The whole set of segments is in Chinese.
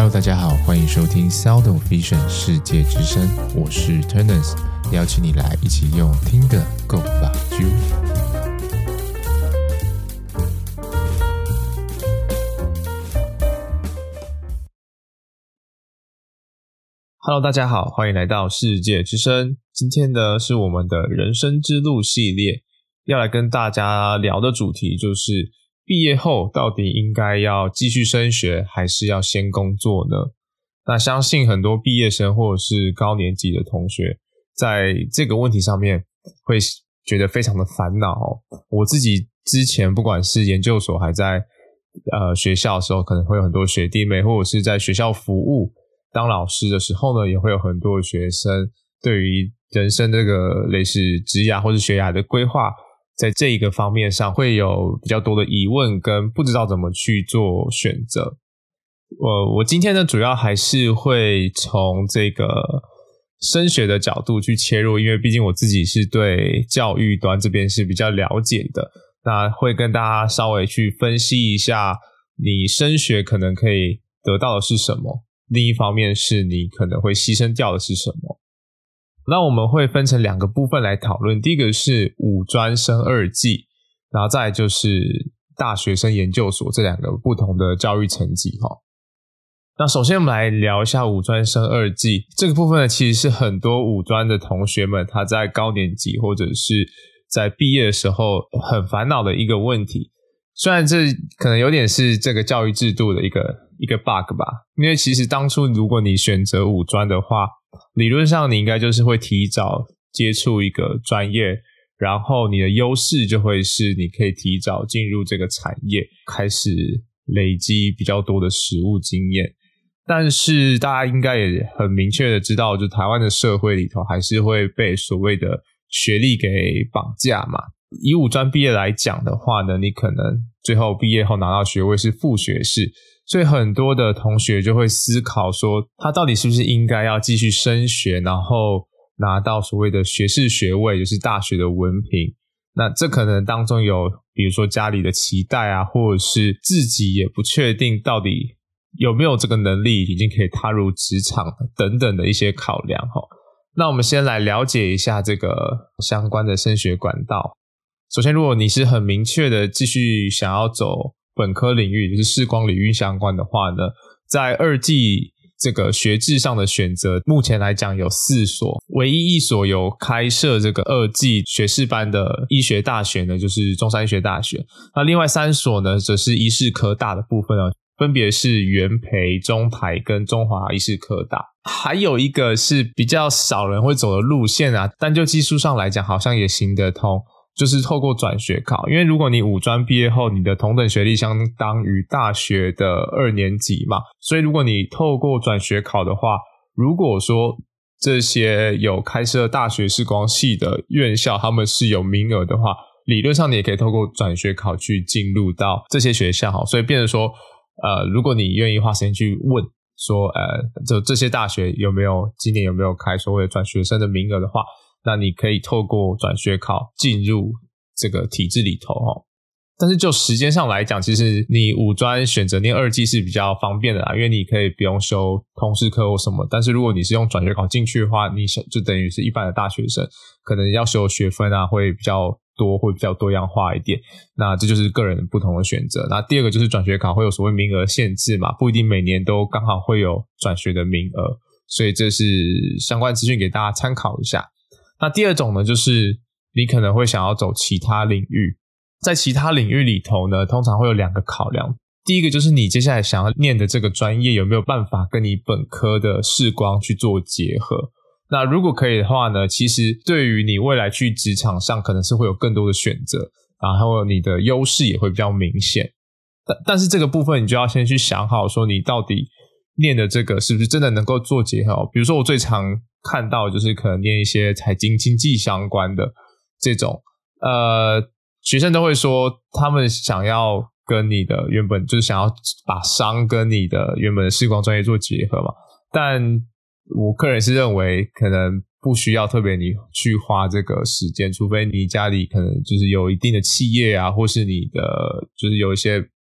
Hello， 大家好，欢迎收听 Sound of Vision 世界之声，我是 Turners， 邀请你来一起用听的 Go 吧啾。Hello， 大家好，欢迎来到世界之声。今天呢是我们的人生之路系列，要来跟大家聊的主题就是毕业后到底应该要继续升学还是要先工作呢？那相信很多毕业生或者是高年级的同学在这个问题上面会觉得非常的烦恼哦。我自己之前不管是研究所还在学校的时候，可能会有很多学弟妹，或者是在学校服务当老师的时候呢，也会有很多学生对于人生这个类似职涯或是学涯的规划，在这一个方面上会有比较多的疑问跟不知道怎么去做选择。我今天呢主要还是会从这个升学的角度去切入，因为毕竟我自己是对教育端这边是比较了解的，那会跟大家稍微去分析一下你升学可能可以得到的是什么，另一方面是你可能会牺牲掉的是什么。那我们会分成两个部分来讨论，第一个是五专升二技，然后再来就是大学生研究所这两个不同的教育层级。那首先我们来聊一下五专升二技这个部分呢，其实是很多五专的同学们他在高年级或者是在毕业的时候很烦恼的一个问题。虽然这可能有点是这个教育制度的一个 bug 吧，因为其实当初如果你选择五专的话，理论上你应该就是会提早接触一个专业，然后你的优势就会是你可以提早进入这个产业，开始累积比较多的实务经验。但是大家应该也很明确的知道，就台湾的社会里头还是会被所谓的学历给绑架嘛。以五专毕业来讲的话呢，你可能最后毕业后拿到学位是副学士，所以很多的同学就会思考说，他到底是不是应该要继续升学，然后拿到所谓的学士学位，就是大学的文凭。那这可能当中有比如说家里的期待啊，或者是自己也不确定到底有没有这个能力已经可以踏入职场等等的一些考量。那我们先来了解一下这个相关的升学管道。首先如果你是很明确的继续想要走本科领域，就是视光领域相关的话呢，在二技这个学制上的选择目前来讲有4所，唯一一所有开设这个二技学士班的医学大学呢就是中山医学大学，那另外3所呢则是医事科大的部分分别是元培、中台跟中华医事科大。还有一个是比较少人会走的路线啊，但就技术上来讲好像也行得通，就是透过转学考。因为如果你五专毕业后，你的同等学历相当于大学的2年级嘛，所以如果你透过转学考的话，如果说这些有开设大学视光系的院校他们是有名额的话，理论上你也可以透过转学考去进入到这些学校。所以变成说如果你愿意花时间去问说这些大学今年有没有开所谓的转学生的名额的话，那你可以透过转学考进入这个体制里头。但是就时间上来讲，其实你五专选择念二技是比较方便的啦，因为你可以不用修通识课或什么。但是如果你是用转学考进去的话，你就等于是一般的大学生，可能要修学分啊会比较多，会比较多样化一点。那这就是个人不同的选择。那第二个就是转学考会有所谓名额限制嘛，不一定每年都刚好会有转学的名额，所以这是相关资讯给大家参考一下。那第二种呢，就是你可能会想要走其他领域。在其他领域里头呢，通常会有2个考量。第一个就是你接下来想要念的这个专业有没有办法跟你本科的视光去做结合。那如果可以的话呢，其实对于你未来去职场上可能是会有更多的选择，然后你的优势也会比较明显。但是这个部分你就要先去想好说你到底念的这个是不是真的能够做结合。比如说我最常看到就是可能念一些财经经济相关的这种学生都会说他们想要跟你的原本就是想要把商跟你的原本的视光专业做结合嘛，但我个人是认为可能不需要特别你去花这个时间，除非你家里可能就是有一定的企业啊，或是你的就是有一些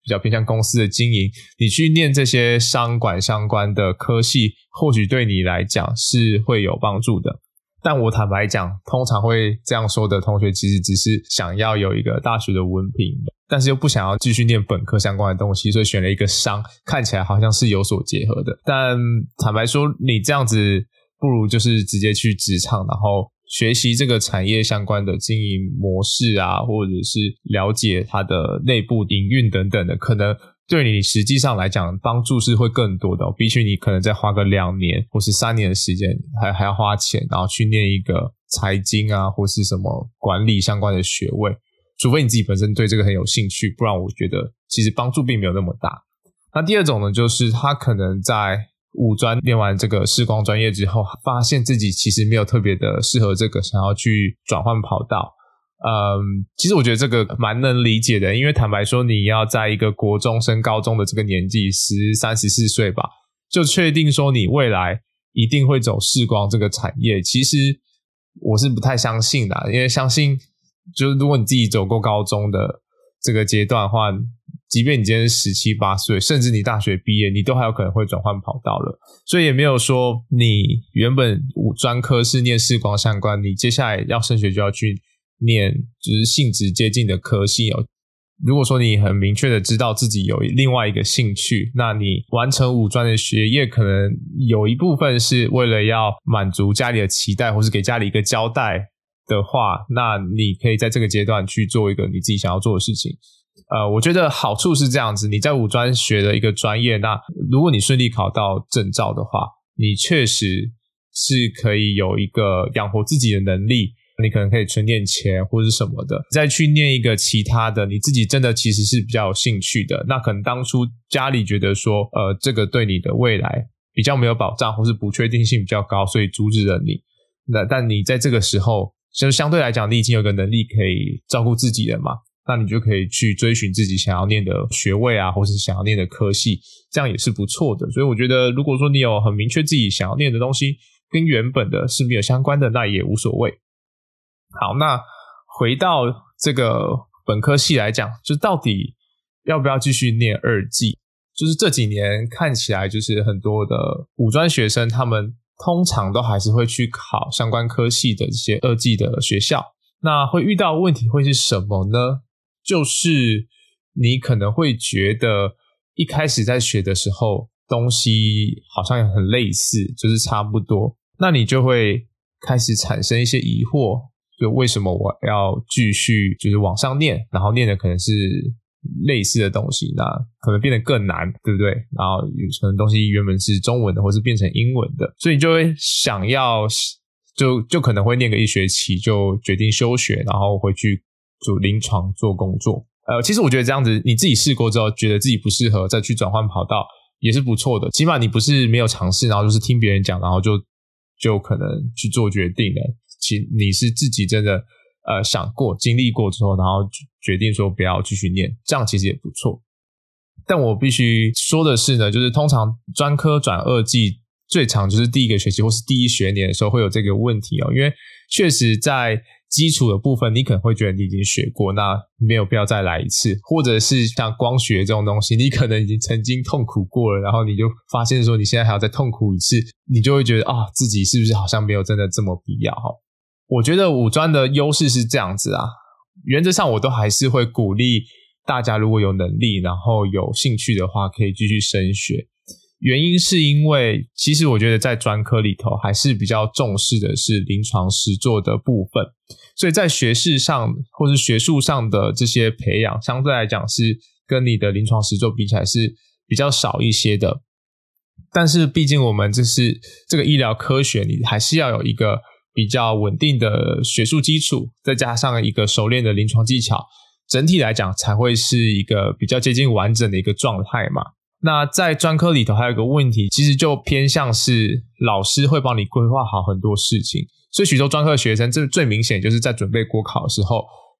比较偏向公司的经营，你去念这些商管相关的科系，或许对你来讲是会有帮助的。但我坦白讲，通常会这样说的同学其实只是想要有一个大学的文凭，但是又不想要继续念本科相关的东西，所以选了一个商，看起来好像是有所结合的。但坦白说，你这样子不如就是直接去职场，然后学习这个产业相关的经营模式啊，或者是了解它的内部营运等等的，可能对你实际上来讲帮助是会更多的比起你可能再花个2年或是3年的时间还要花钱然后去念一个财经啊或是什么管理相关的学位，除非你自己本身对这个很有兴趣，不然我觉得其实帮助并没有那么大。那第二种呢，就是他可能在五专念完这个视光专业之后，发现自己其实没有特别的适合这个，想要去转换跑道。其实我觉得这个蛮能理解的，因为坦白说你要在一个国中升高中的这个年纪13、14岁吧，就确定说你未来一定会走视光这个产业，其实我是不太相信的，因为相信就是如果你自己走过高中的这个阶段的话，即便你今天是17、18岁，甚至你大学毕业，你都还有可能会转换跑道了。所以也没有说你原本专科是念视光相关，你接下来要升学就要去念就是性质接近的科系哦。如果说你很明确的知道自己有另外一个兴趣，那你完成五专的学业可能有一部分是为了要满足家里的期待，或是给家里一个交代的话，那你可以在这个阶段去做一个你自己想要做的事情。我觉得好处是这样子，你在五专学的一个专业，那如果你顺利考到证照的话，你确实是可以有一个养活自己的能力，你可能可以存点钱或是什么的，再去念一个其他的你自己真的其实是比较有兴趣的，那可能当初家里觉得说这个对你的未来比较没有保障或是不确定性比较高，所以阻止了你。但你在这个时候就相对来讲你已经有个能力可以照顾自己了嘛，那你就可以去追寻自己想要念的学位啊，或是想要念的科系，这样也是不错的。所以我觉得如果说你有很明确自己想要念的东西跟原本的是没有相关的，那也无所谓。好，那回到这个本科系来讲，就到底要不要继续念二技，就是这几年看起来就是很多的五专学生他们通常都还是会去考相关科系的这些二技的学校。那会遇到的问题会是什么呢？就是你可能会觉得一开始在学的时候东西好像很类似，就是差不多，那你就会开始产生一些疑惑，就为什么我要继续就是往上念，然后念的可能是类似的东西，那可能变得更难，对不对？然后可能东西原本是中文的或是变成英文的，所以你就会想要就可能会念个1学期就决定休学，然后回去做临床做工作。其实我觉得这样子你自己试过之后觉得自己不适合再去转换跑道也是不错的，起码你不是没有尝试，然后就是听别人讲然后就可能去做决定了，你是自己真的想过经历过之后，然后决定说不要继续念，这样其实也不错。但我必须说的是呢，就是通常专科转二技最长就是第一个学期或是第一学年的时候会有这个问题因为确实在基础的部分你可能会觉得你已经学过，那没有必要再来一次，或者是像光学这种东西你可能已经曾经痛苦过了，然后你就发现说你现在还要再痛苦一次，你就会觉得自己是不是好像没有真的这么必要我觉得五专的优势是这样子啊，原则上我都还是会鼓励大家如果有能力然后有兴趣的话可以继续升学。原因是因为其实我觉得在专科里头还是比较重视的是临床实作的部分，所以在学识上或是学术上的这些培养相对来讲是跟你的临床实作比起来是比较少一些的。但是毕竟我们这个医疗科学你还是要有一个比较稳定的学术基础，再加上一个熟练的临床技巧，整体来讲才会是一个比较接近完整的一个状态嘛。那在专科里头还有一个问题，其实就偏向是老师会帮你规划好很多事情，所以许多专科学生这最明显就是在准备国考的时候，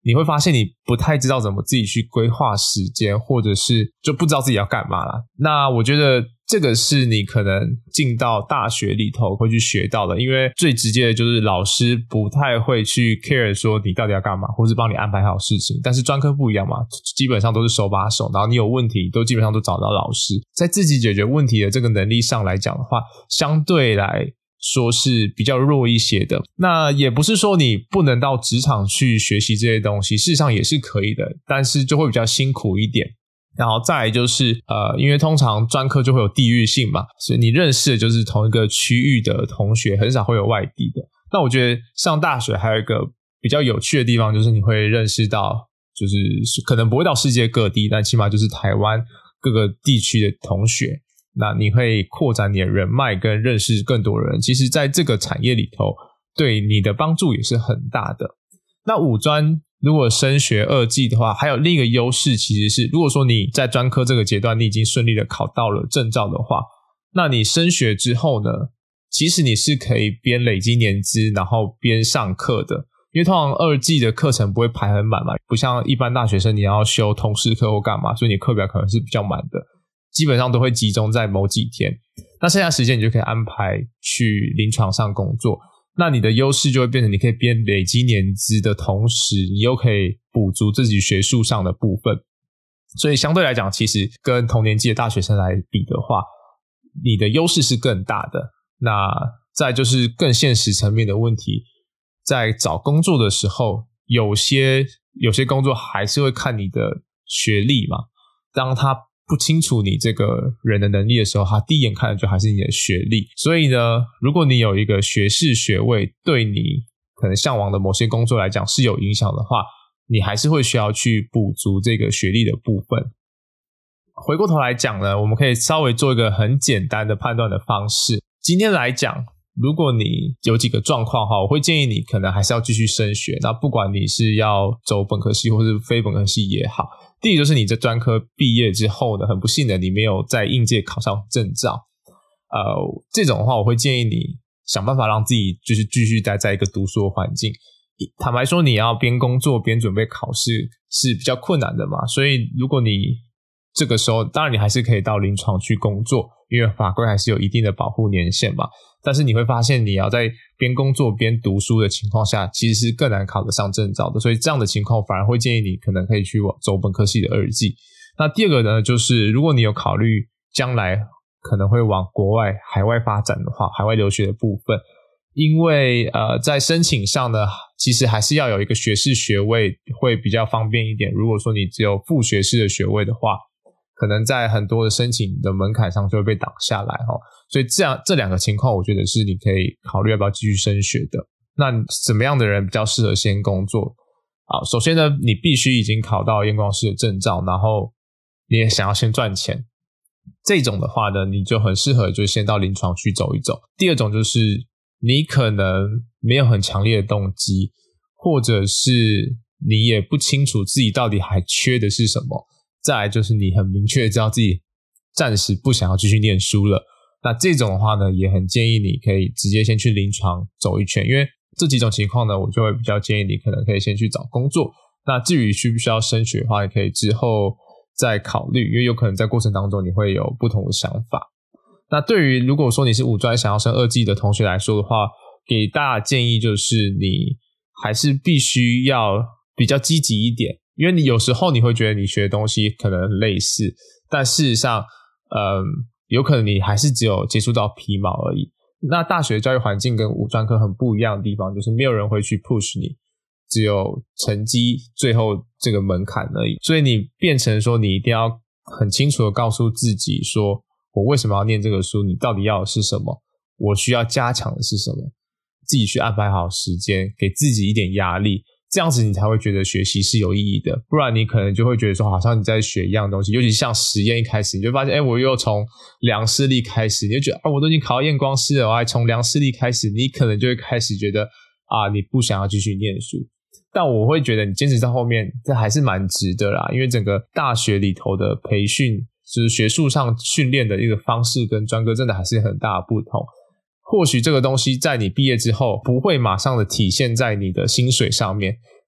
你会发现你不太知道怎么自己去规划时间，或者是就不知道自己要干嘛啦。那我觉得这个是你可能进到大学里头会去学到的，因为最直接的就是老师不太会去 care 说你到底要干嘛，或是帮你安排好事情。但是专科不一样嘛，基本上都是手把手，然后你有问题都基本上都找到老师，在自己解决问题的这个能力上来讲的话，相对来说是比较弱一些的。那也不是说你不能到职场去学习这些东西，事实上也是可以的，但是就会比较辛苦一点。然后再来就是因为通常专科就会有地域性嘛，所以你认识的就是同一个区域的同学，很少会有外地的。那我觉得上大学还有一个比较有趣的地方，就是你会认识到，就是可能不会到世界各地，但起码就是台湾各个地区的同学，那你会扩展你的人脉跟认识更多人，其实在这个产业里头对你的帮助也是很大的。那五专如果升学二技的话，还有另一个优势其实是，如果说你在专科这个阶段你已经顺利的考到了证照的话，那你升学之后呢，其实你是可以边累积年资然后边上课的。因为通常二技的课程不会排很满嘛，不像一般大学生你要修通识课或干嘛，所以你课表可能是比较满的，基本上都会集中在某几天，那剩下时间你就可以安排去临床上工作。那你的优势就会变成你可以边累积年资的同时，你又可以补足自己学术上的部分，所以相对来讲其实跟同年纪的大学生来比的话，你的优势是更大的。那再就是更现实层面的问题，在找工作的时候，有些工作还是会看你的学历嘛，当他不清楚你这个人的能力的时候，他第一眼看的就还是你的学历。所以呢，如果你有一个学士学位，对你可能向往的某些工作来讲是有影响的话，你还是会需要去补足这个学历的部分。回过头来讲呢，我们可以稍微做一个很简单的判断的方式。今天来讲，如果你有几个状况我会建议你可能还是要继续升学，那不管你是要走本科系或是非本科系也好。第一个就是你这专科毕业之后呢，很不幸的你没有在应届考上证照，这种的话我会建议你想办法让自己就是继续待在一个读书的环境。坦白说，你要边工作边准备考试是比较困难的嘛，所以如果你这个时候，当然你还是可以到临床去工作，因为法规还是有一定的保护年限嘛，但是你会发现你要在边工作边读书的情况下，其实是更难考得上证照的，所以这样的情况反而会建议你可能可以去走本科系的二技。那第二个呢，就是如果你有考虑将来可能会往国外海外发展的话，海外留学的部分，因为在申请上呢，其实还是要有一个学士学位会比较方便一点。如果说你只有副学士的学位的话，可能在很多的申请的门槛上就会被挡下来所以这两个情况我觉得是你可以考虑要不要继续升学的。那怎么样的人比较适合先工作？首先呢，你必须已经考到验光师的证照，然后你也想要先赚钱，这种的话呢，你就很适合就先到临床去走一走。第二种就是你可能没有很强烈的动机，或者是你也不清楚自己到底还缺的是什么，再来就是你很明确知道自己暂时不想要继续念书了，那这种的话呢，也很建议你可以直接先去临床走一圈。因为这几种情况呢，我就会比较建议你可能可以先去找工作，那至于需不需要升学的话，你可以之后再考虑，因为有可能在过程当中你会有不同的想法。那对于如果说你是五专想要升二技的同学来说的话，给大家建议就是你还是必须要比较积极一点，因为你有时候你会觉得你学的东西可能很类似，但事实上有可能你还是只有接触到皮毛而已。那大学教育环境跟五专科很不一样的地方，就是没有人会去 push 你，只有成绩最后这个门槛而已。所以你变成说你一定要很清楚的告诉自己说，我为什么要念这个书，你到底要的是什么，我需要加强的是什么，自己去安排好时间，给自己一点压力，这样子你才会觉得学习是有意义的。不然你可能就会觉得说好像你在学一样东西，尤其像实验一开始你就发现我又从量视力开始，你就觉得我都已经考到验光师了，我还从量视力开始，你可能就会开始觉得你不想要继续念书。但我会觉得你坚持到后面这还是蛮值得啦，因为整个大学里头的培训就是学术上训练的一个方式跟专科真的还是很大的不同。或许这个东西在你毕业之后不会马上的体现在你的薪水上面，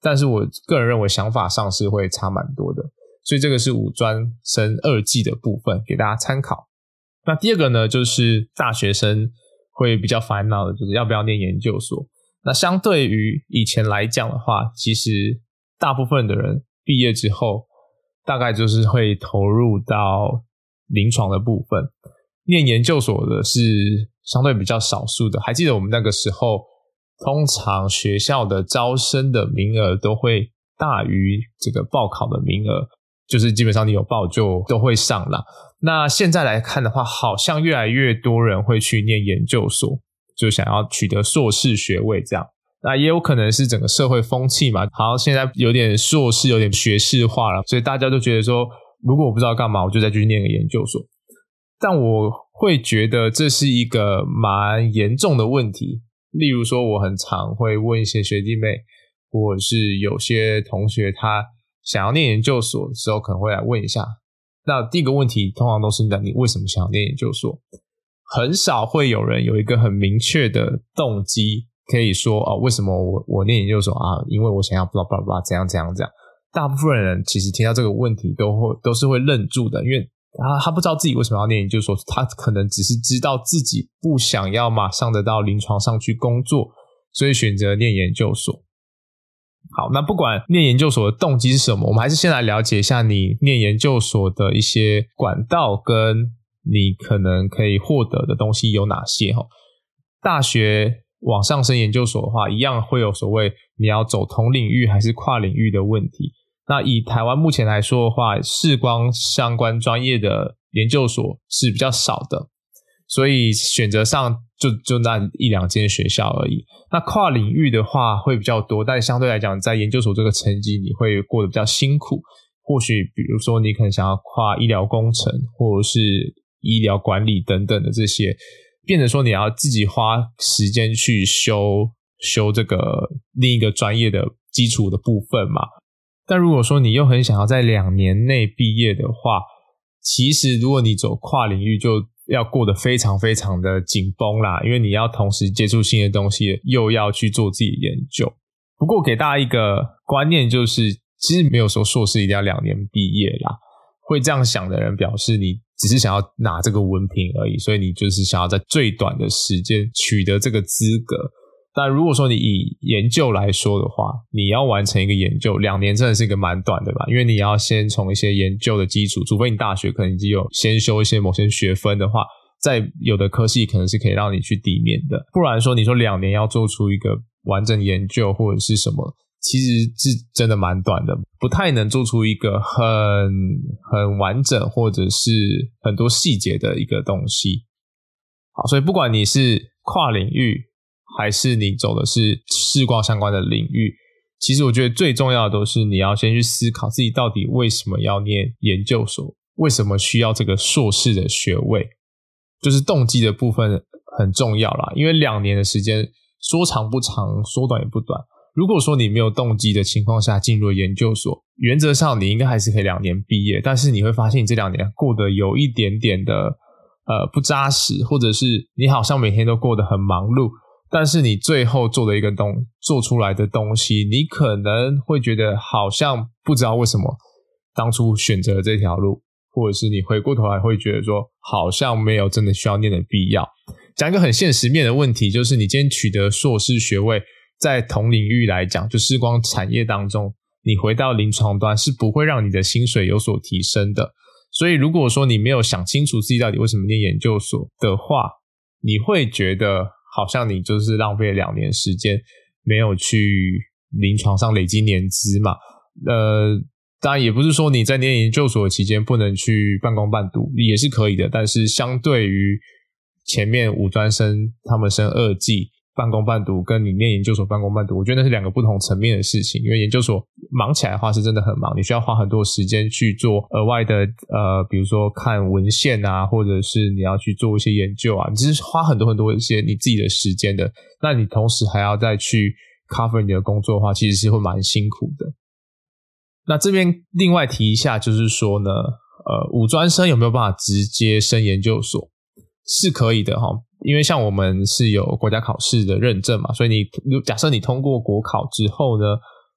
但是我个人认为想法上是会差蛮多的，所以这个是五专升二技的部分给大家参考。那第二个呢，就是大学生会比较烦恼的就是要不要念研究所。那相对于以前来讲的话，其实大部分的人毕业之后大概就是会投入到临床的部分，念研究所的是相对比较少数的。还记得我们那个时候通常学校的招生的名额都会大于这个报考的名额，就是基本上你有报就都会上啦。那现在来看的话，好像越来越多人会去念研究所，就想要取得硕士学位这样。那也有可能是整个社会风气嘛，好像现在有点硕士有点学士化了，所以大家都觉得说如果我不知道干嘛，我就再去念个研究所。但我会觉得这是一个蛮严重的问题。例如说我很常会问一些学弟妹，或者是有些同学他想要念研究所的时候可能会来问一下，那第一个问题通常都是你为什么想要念研究所，很少会有人有一个很明确的动机可以说为什么我念研究所啊？因为我想要 blah blah blah 怎样怎样怎样。大部分人其实听到这个问题都是会愣住的，因为他不知道自己为什么要念研究所，他可能只是知道自己不想要马上的到临床上去工作，所以选择念研究所。好，那不管念研究所的动机是什么，我们还是先来了解一下你念研究所的一些管道跟你可能可以获得的东西有哪些。大学往上升研究所的话，一样会有所谓你要走同领域还是跨领域的问题。那以台湾目前来说的话，视光相关专业的研究所是比较少的，所以选择上就那一两间学校而已。那跨领域的话会比较多，但相对来讲在研究所这个成绩你会过得比较辛苦。或许比如说你可能想要跨医疗工程或者是医疗管理等等的这些，变成说你要自己花时间去修这个另一个专业的基础的部分嘛。但如果说你又很想要在2年内毕业的话，其实如果你走跨领域就要过得非常非常的紧绷啦，因为你要同时接触新的东西，又要去做自己的研究。不过给大家一个观念，就是其实没有说硕士一定要2年毕业啦，会这样想的人表示你只是想要拿这个文凭而已，所以你就是想要在最短的时间取得这个资格。但如果说你以研究来说的话，你要完成一个研究2年真的是一个蛮短的吧，因为你要先从一些研究的基础，除非你大学可能已经有先修一些某些学分的话，在有的科系可能是可以让你去抵免的，不然说你说2年要做出一个完整研究或者是什么，其实是真的蛮短的，不太能做出一个很完整或者是很多细节的一个东西。好，所以不管你是跨领域还是你走的是视光相关的领域，其实我觉得最重要的都是你要先去思考自己到底为什么要念研究所，为什么需要这个硕士的学位，就是动机的部分很重要啦。因为2年的时间说长不长，说短也不短，如果说你没有动机的情况下进入研究所，原则上你应该还是可以2年毕业，但是你会发现你这2年过得有一点点的不扎实，或者是你好像每天都过得很忙碌，但是你最后做出来的东西，你可能会觉得好像不知道为什么当初选择了这条路，或者是你回过头来会觉得说好像没有真的需要念的必要。讲一个很现实面的问题，就是你今天取得硕士学位，在同领域来讲，就视光产业当中，你回到临床端是不会让你的薪水有所提升的。所以如果说你没有想清楚自己到底为什么念研究所的话，你会觉得好像你就是浪费了2年时间，没有去临床上累积年资嘛。当然也不是说你在念研究所期间不能去半工半读，也是可以的，但是相对于前面五专生他们升2技半工半读跟你念研究所半工半读，我觉得那是2个不同层面的事情。因为研究所忙起来的话是真的很忙，你需要花很多时间去做额外的比如说看文献啊，或者是你要去做一些研究啊，你只是花很多很多一些你自己的时间的，那你同时还要再去 cover 你的工作的话，其实是会蛮辛苦的。那这边另外提一下，就是说呢五专生有没有办法直接升研究所？是可以的齁，因为像我们是有国家考试的认证嘛，所以假设你通过国考之后呢，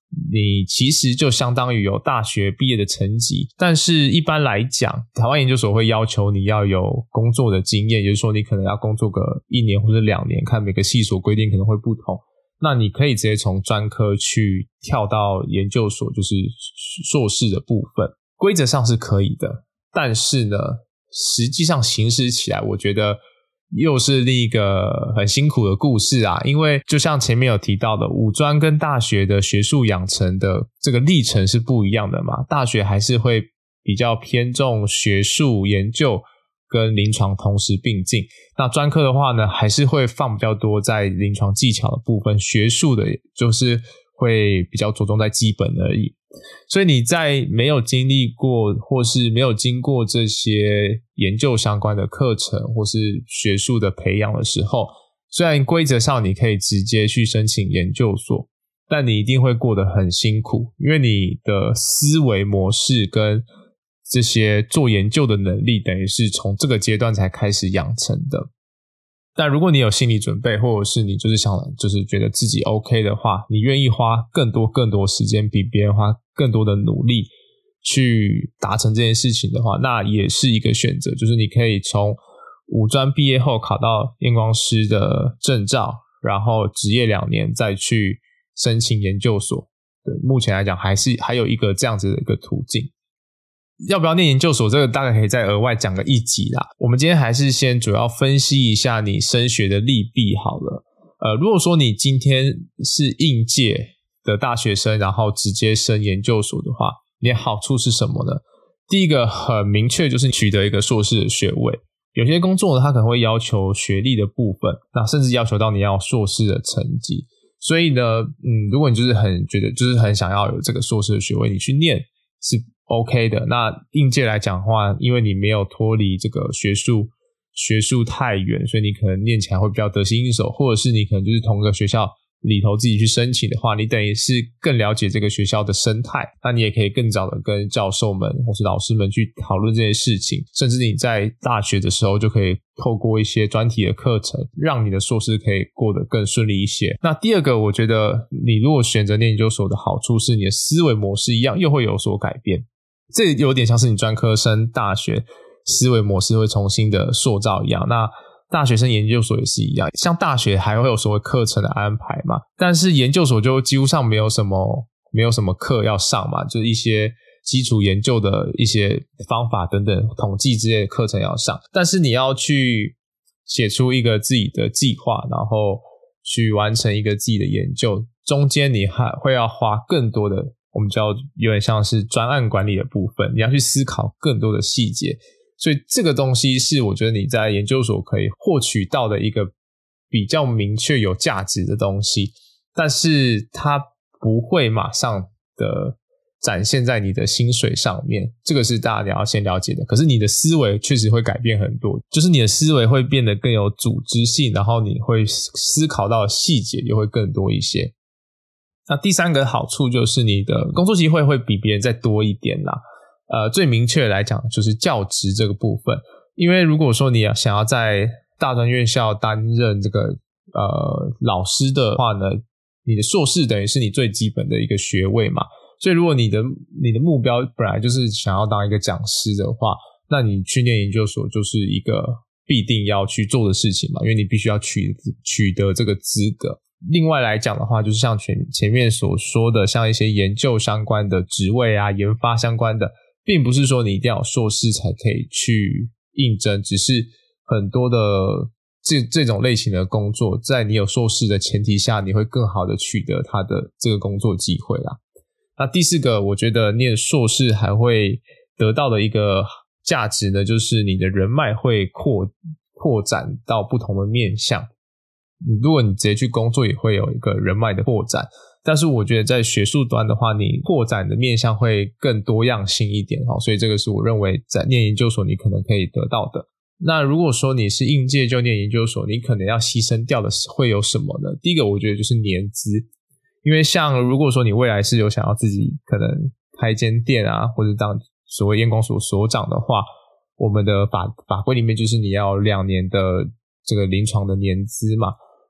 你其实就相当于有大学毕业的成绩，但是一般来讲，台湾研究所会要求你要有工作的经验，也就是说你可能要工作个1年或者2年，看每个系所规定可能会不同。那你可以直接从专科去跳到研究所，就是硕士的部分，规则上是可以的，但是呢，实际上行使起来，我觉得又是另一个很辛苦的故事啊，因为就像前面有提到的，五专跟大学的学术养成的这个历程是不一样的嘛，大学还是会比较偏重学术研究跟临床同时并进，那专科的话呢，还是会放比较多在临床技巧的部分，学术的就是会比较着重在基本而已。所以你在没有经历过或是没有经过这些研究相关的课程或是学术的培养的时候，虽然规则上你可以直接去申请研究所，但你一定会过得很辛苦，因为你的思维模式跟这些做研究的能力等于是从这个阶段才开始养成的。但如果你有心理准备，或者是你就是觉得自己 OK 的话，你愿意花更多时间，比别人花更多的努力去达成这件事情的话，那也是一个选择，就是你可以从五专毕业后考到验光师的证照，然后执业2年再去申请研究所。对，目前来讲还有一个这样子的一个途径。要不要念研究所，这个大概可以再额外讲个1集啦。我们今天还是先主要分析一下你升学的利弊好了。如果说你今天是应届的大学生，然后直接升研究所的话，你的好处是什么呢？第一个很明确，就是取得一个硕士的学位。有些工作呢，它可能会要求学历的部分，那甚至要求到你要硕士的成绩。所以呢，如果你就是很想要有这个硕士的学位，你去念是 OK 的。那应届来讲的话，因为你没有脱离这个学术太远，所以你可能念起来会比较得心应手，或者是你可能就是同个学校里头自己去申请的话，你等于是更了解这个学校的生态，那你也可以更早的跟教授们或是老师们去讨论这些事情，甚至你在大学的时候就可以透过一些专题的课程，让你的硕士可以过得更顺利一些。那第二个，我觉得你如果选择念研究所的好处是你的思维模式一样又会有所改变，这有点像是你专科升大学思维模式会重新的塑造一样。那大学生研究所也是一样，像大学还会有所谓课程的安排嘛，但是研究所就几乎上没有什么课要上嘛，就是一些基础研究的一些方法等等统计之类的课程要上，但是你要去写出一个自己的计划，然后去完成一个自己的研究，中间你还会要花更多的，我们叫有点像是专案管理的部分，你要去思考更多的细节，所以这个东西是我觉得你在研究所可以获取到的一个比较明确有价值的东西，但是它不会马上的展现在你的薪水上面，这个是大家要先了解的。可是你的思维确实会改变很多，就是你的思维会变得更有组织性，然后你会思考到的细节也会更多一些。那第三个好处就是你的工作机会会比别人再多一点啦。最明确的来讲就是教职这个部分，因为如果说你想要在大专院校担任这个老师的话呢，你的硕士等于是你最基本的一个学位嘛，所以如果你的目标本来就是想要当一个讲师的话，那你去念研究所就是一个必定要去做的事情嘛，因为你必须要取得这个资格。另外来讲的话，就是像前面所说的，像一些研究相关的职位啊，研发相关的，并不是说你一定要有硕士才可以去应征，只是很多的这种类型的工作，在你有硕士的前提下，你会更好的取得它的这个工作机会啦。那第四个，我觉得念硕士还会得到的一个价值呢，就是你的人脉会扩展到不同的面向。如果你直接去工作，也会有一个人脉的扩展。但是我觉得在学术端的话，你扩展的面向会更多样性一点，所以这个是我认为在念研究所你可能可以得到的。那如果说你是应届就念研究所，你可能要牺牲掉的会有什么呢？第一个我觉得就是年资，因为像如果说你未来是有想要自己可能开一间店啊，或者当所谓验光所所长的话，我们的法规里面就是你要2年的这个临床的年资嘛。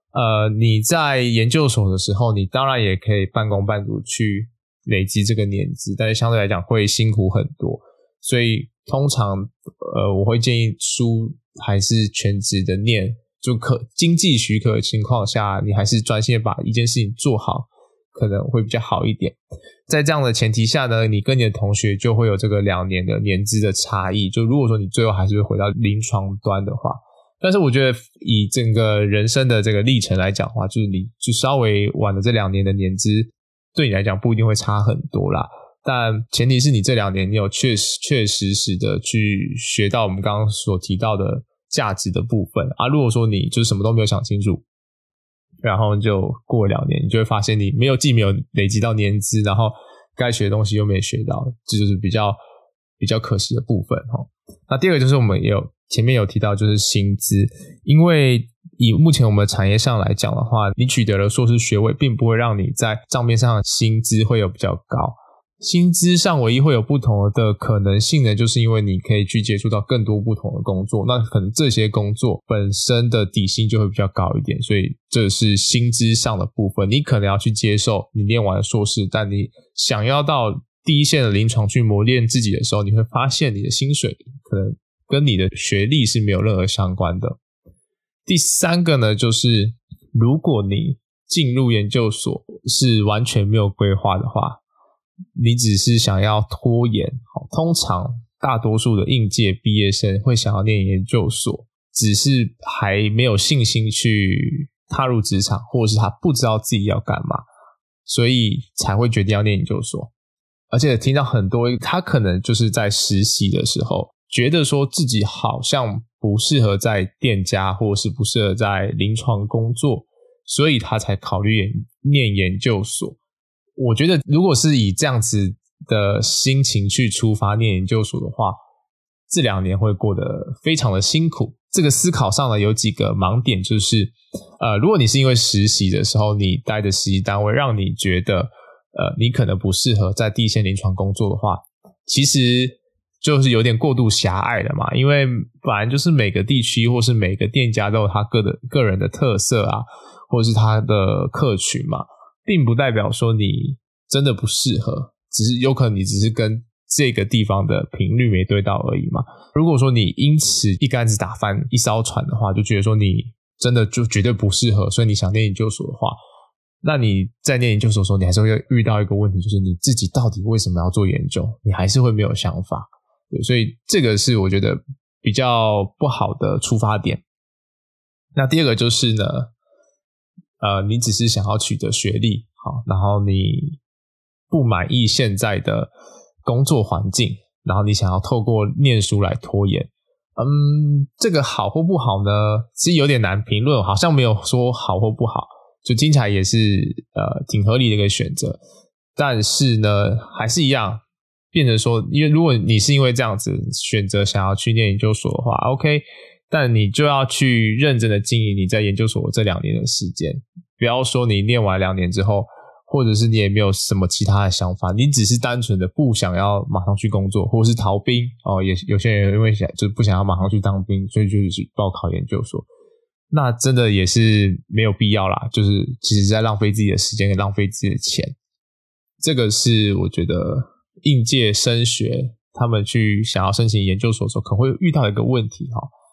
你在研究所的时候，你当然也可以半工半读去累积这个年资，但是相对来讲会辛苦很多，所以通常我会建议书还是全职的念，就经济许可的情况下，你还是专心把一件事情做好，可能会比较好一点。在这样的前提下呢，你跟你的同学就会有这个2年的年资的差异，就如果说你最后还是会回到临床端的话，但是我觉得以整个人生的这个历程来讲的话，就是你就稍微晚了这2年的年资，对你来讲不一定会差很多啦，但前提是你这2年你有确实的去学到我们刚刚所提到的价值的部分啊。如果说你就是什么都没有想清楚，然后就过了2年，你就会发现你既没有累积到年资，然后该学的东西又没学到，这就是比较可惜的部分。那第二个就是我们前面有提到就是薪资，因为以目前我们的产业上来讲的话，你取得了硕士学位并不会让你在账面上的薪资会有比较高，薪资上唯一会有不同的可能性呢，就是因为你可以去接触到更多不同的工作，那可能这些工作本身的底薪就会比较高一点，所以这是薪资上的部分。你可能要去接受你念完了硕士，但你想要到第一线的临床去磨练自己的时候，你会发现你的薪水可能跟你的学历是没有任何相关的。第三个呢，就是如果你进入研究所是完全没有规划的话，你只是想要拖延，通常大多数的应届毕业生会想要念研究所，只是还没有信心去踏入职场，或者是他不知道自己要干嘛，所以才会决定要念研究所。而且听到很多他可能就是在实习的时候觉得说自己好像不适合在店家，或者是不适合在临床工作，所以他才考虑念研究所。我觉得如果是以这样子的心情去出发念研究所的话，这2年会过得非常的辛苦。这个思考上呢有几个盲点，就是如果你是因为实习的时候你待的实习单位让你觉得你可能不适合在第一线临床工作的话，其实就是有点过度狭隘了嘛，因为本来就是每个地区或是每个店家都有他个人的特色啊，或是他的客群嘛，并不代表说你真的不适合，只是有可能你只是跟这个地方的频率没对到而已嘛。如果说你因此一竿子打翻一艘船的话，就觉得说你真的就绝对不适合，所以你想念研究所的话，那你在念研究所的时候，你还是会遇到一个问题，就是你自己到底为什么要做研究，你还是会没有想法。对，所以这个是我觉得比较不好的出发点。那第二个就是呢你只是想要取得学历，好，然后你不满意现在的工作环境，然后你想要透过念书来拖延。这个好或不好呢，其实有点难评论，好像没有说好或不好，就听起来也是挺合理的一个选择。但是呢还是一样变成说，因为如果你是因为这样子选择想要去念研究所的话 OK， 但你就要去认真的经营你在研究所这2年的时间，不要说你念完2年之后，或者是你也没有什么其他的想法，你只是单纯的不想要马上去工作，或者是逃兵也有些人因为就是不想要马上去当兵，所以就去报考研究所，那真的也是没有必要啦，就是其实在浪费自己的时间跟浪费自己的钱。这个是我觉得应届升学他们去想要申请研究所的时候可能会遇到一个问题。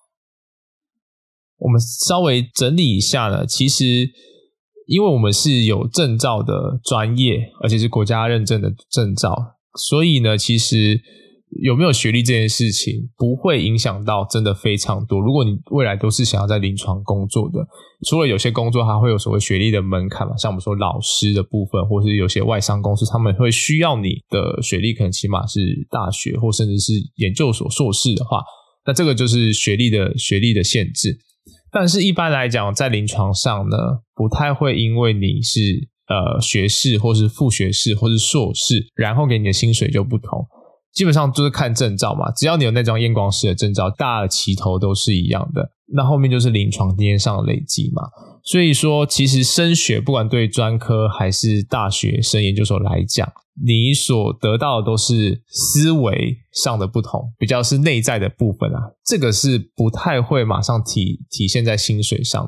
我们稍微整理一下呢，其实因为我们是有证照的专业，而且是国家认证的证照，所以呢其实有没有学历这件事情不会影响到真的非常多。如果你未来都是想要在临床工作的，除了有些工作它会有所谓学历的门槛嘛，像我们说老师的部分，或是有些外商公司他们会需要你的学历可能起码是大学或甚至是研究所硕士的话，那这个就是学历的限制。但是一般来讲在临床上呢不太会因为你是学士或是副学士或是硕士然后给你的薪水就不同，基本上就是看证照嘛，只要你有那张验光师的证照，大的齐头都是一样的，那后面就是临床经验上的累积嘛。所以说其实升学不管对专科还是大学升研究所来讲，你所得到的都是思维上的不同，比较是内在的部分啊，这个是不太会马上体现在薪水上的。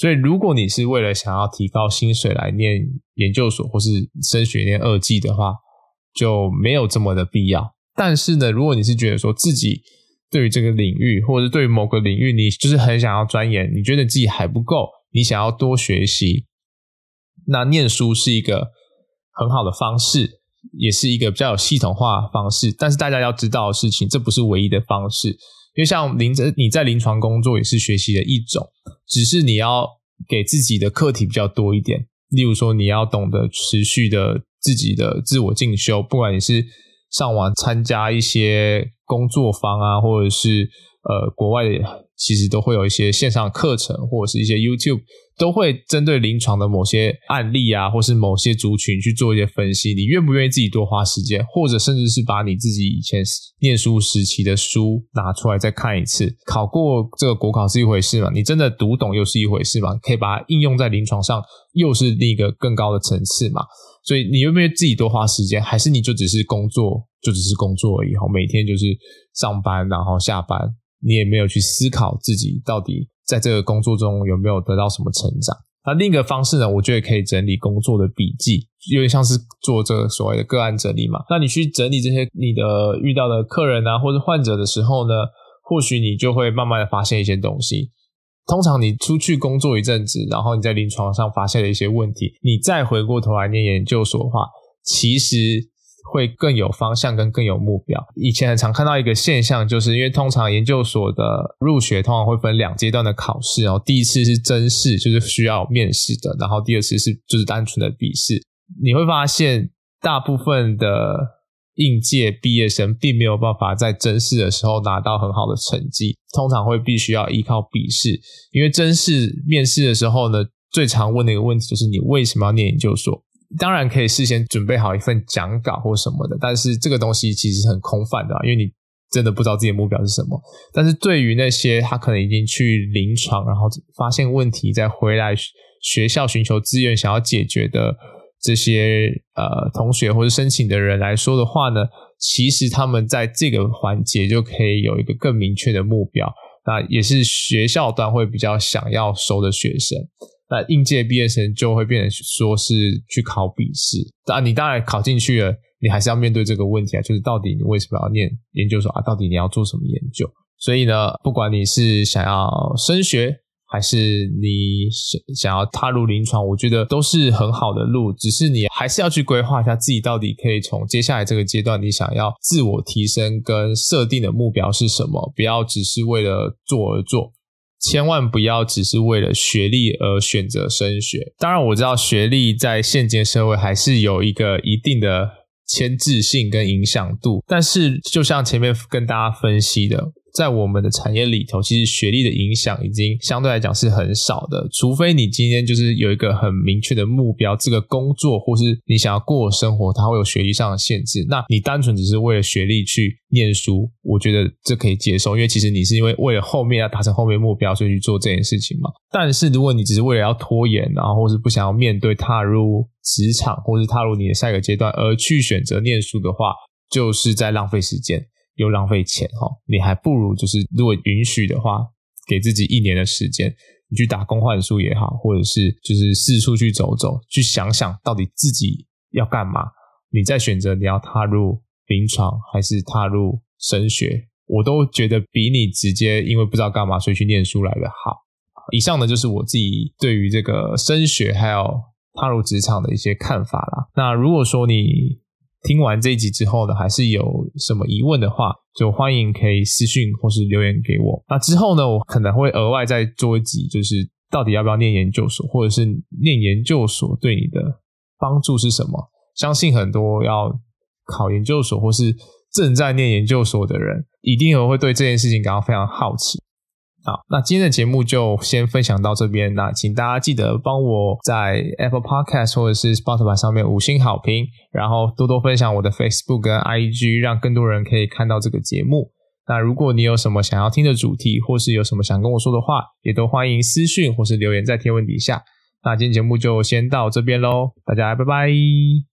所以如果你是为了想要提高薪水来念研究所或是升学念2技的话，就没有这么的必要。但是呢，如果你是觉得说自己对于这个领域或者对于某个领域你就是很想要钻研，你觉得自己还不够，你想要多学习，那念书是一个很好的方式，也是一个比较有系统化的方式。但是大家要知道的事情，这不是唯一的方式，因为像你在临床工作也是学习的一种，只是你要给自己的课题比较多一点。例如说你要懂得持续的自己的自我进修，不管你是上网参加一些工作坊啊，或者是国外的其实都会有一些线上课程，或者是一些 YouTube 都会针对临床的某些案例啊，或是某些族群去做一些分析。你愿不愿意自己多花时间，或者甚至是把你自己以前念书时期的书拿出来再看一次。考过这个国考是一回事嘛，你真的读懂又是一回事嘛，可以把它应用在临床上又是另一个更高的层次嘛。所以你愿不愿意自己多花时间，还是你就只是工作而已，每天就是上班然后下班，你也没有去思考自己到底在这个工作中有没有得到什么成长。那另一个方式呢，我觉得可以整理工作的笔记，有点像是做这个所谓的个案整理嘛。那你去整理这些你的遇到的客人啊或者患者的时候呢，或许你就会慢慢的发现一些东西。通常你出去工作一阵子，然后你在临床上发现了一些问题，你再回过头来念研究所的话，其实会更有方向跟更有目标。以前很常看到一个现象，就是因为通常研究所的入学通常会分2阶段的考试，然后第一次是甄试，就是需要面试的，然后第二次是就是单纯的笔试。你会发现大部分的应届毕业生并没有办法在甄试的时候拿到很好的成绩，通常会必须要依靠笔试。因为甄试面试的时候呢，最常问的一个问题就是你为什么要念研究所。当然可以事先准备好一份讲稿或什么的，但是这个东西其实很空泛的因为你真的不知道自己的目标是什么。但是对于那些他可能已经去临床，然后发现问题再回来学校寻求资源想要解决的这些同学或者申请的人来说的话呢，其实他们在这个环节就可以有一个更明确的目标，那也是学校端会比较想要收的学生。那应届毕业生就会变成说是去考笔试，你当然考进去了，你还是要面对这个问题就是到底你为什么要念研究所到底你要做什么研究。所以呢，不管你是想要升学还是你想要踏入临床，我觉得都是很好的路，只是你还是要去规划一下自己到底可以从接下来这个阶段你想要自我提升跟设定的目标是什么，不要只是为了做而做，千万不要只是为了学历而选择升学。当然我知道学历在现今社会还是有一个一定的牵制性跟影响度，但是就像前面跟大家分析的，在我们的产业里头，其实学历的影响已经相对来讲是很少的，除非你今天就是有一个很明确的目标，这个工作或是你想要过的生活它会有学历上的限制，那你单纯只是为了学历去念书，我觉得这可以接受，因为其实你是因为为了后面要达成后面目标所以去做这件事情嘛。但是如果你只是为了要拖延，然后或是不想要面对踏入职场或是踏入你的下一个阶段而去选择念书的话，就是在浪费时间又浪费钱你还不如就是如果允许的话，给自己1年的时间，你去打工换宿也好，或者是就是四处去走走，去想想到底自己要干嘛，你再选择你要踏入临床还是踏入升学，我都觉得比你直接因为不知道干嘛所以去念书来的好。以上呢就是我自己对于这个升学还有踏入职场的一些看法啦。那如果说你听完这一集之后呢，还是有什么疑问的话，就欢迎可以私讯或是留言给我。那之后呢，我可能会额外再做一集，就是到底要不要念研究所，或者是念研究所对你的帮助是什么。相信很多要考研究所或是正在念研究所的人，一定会对这件事情感到非常好奇。好，那今天的节目就先分享到这边，那请大家记得帮我在 Apple Podcast 或者是 Spotify 上面5星好评，然后多多分享我的 Facebook 跟 IG， 让更多人可以看到这个节目。那如果你有什么想要听的主题，或是有什么想跟我说的话，也都欢迎私讯或是留言在贴文底下。那今天节目就先到这边咯，大家拜拜。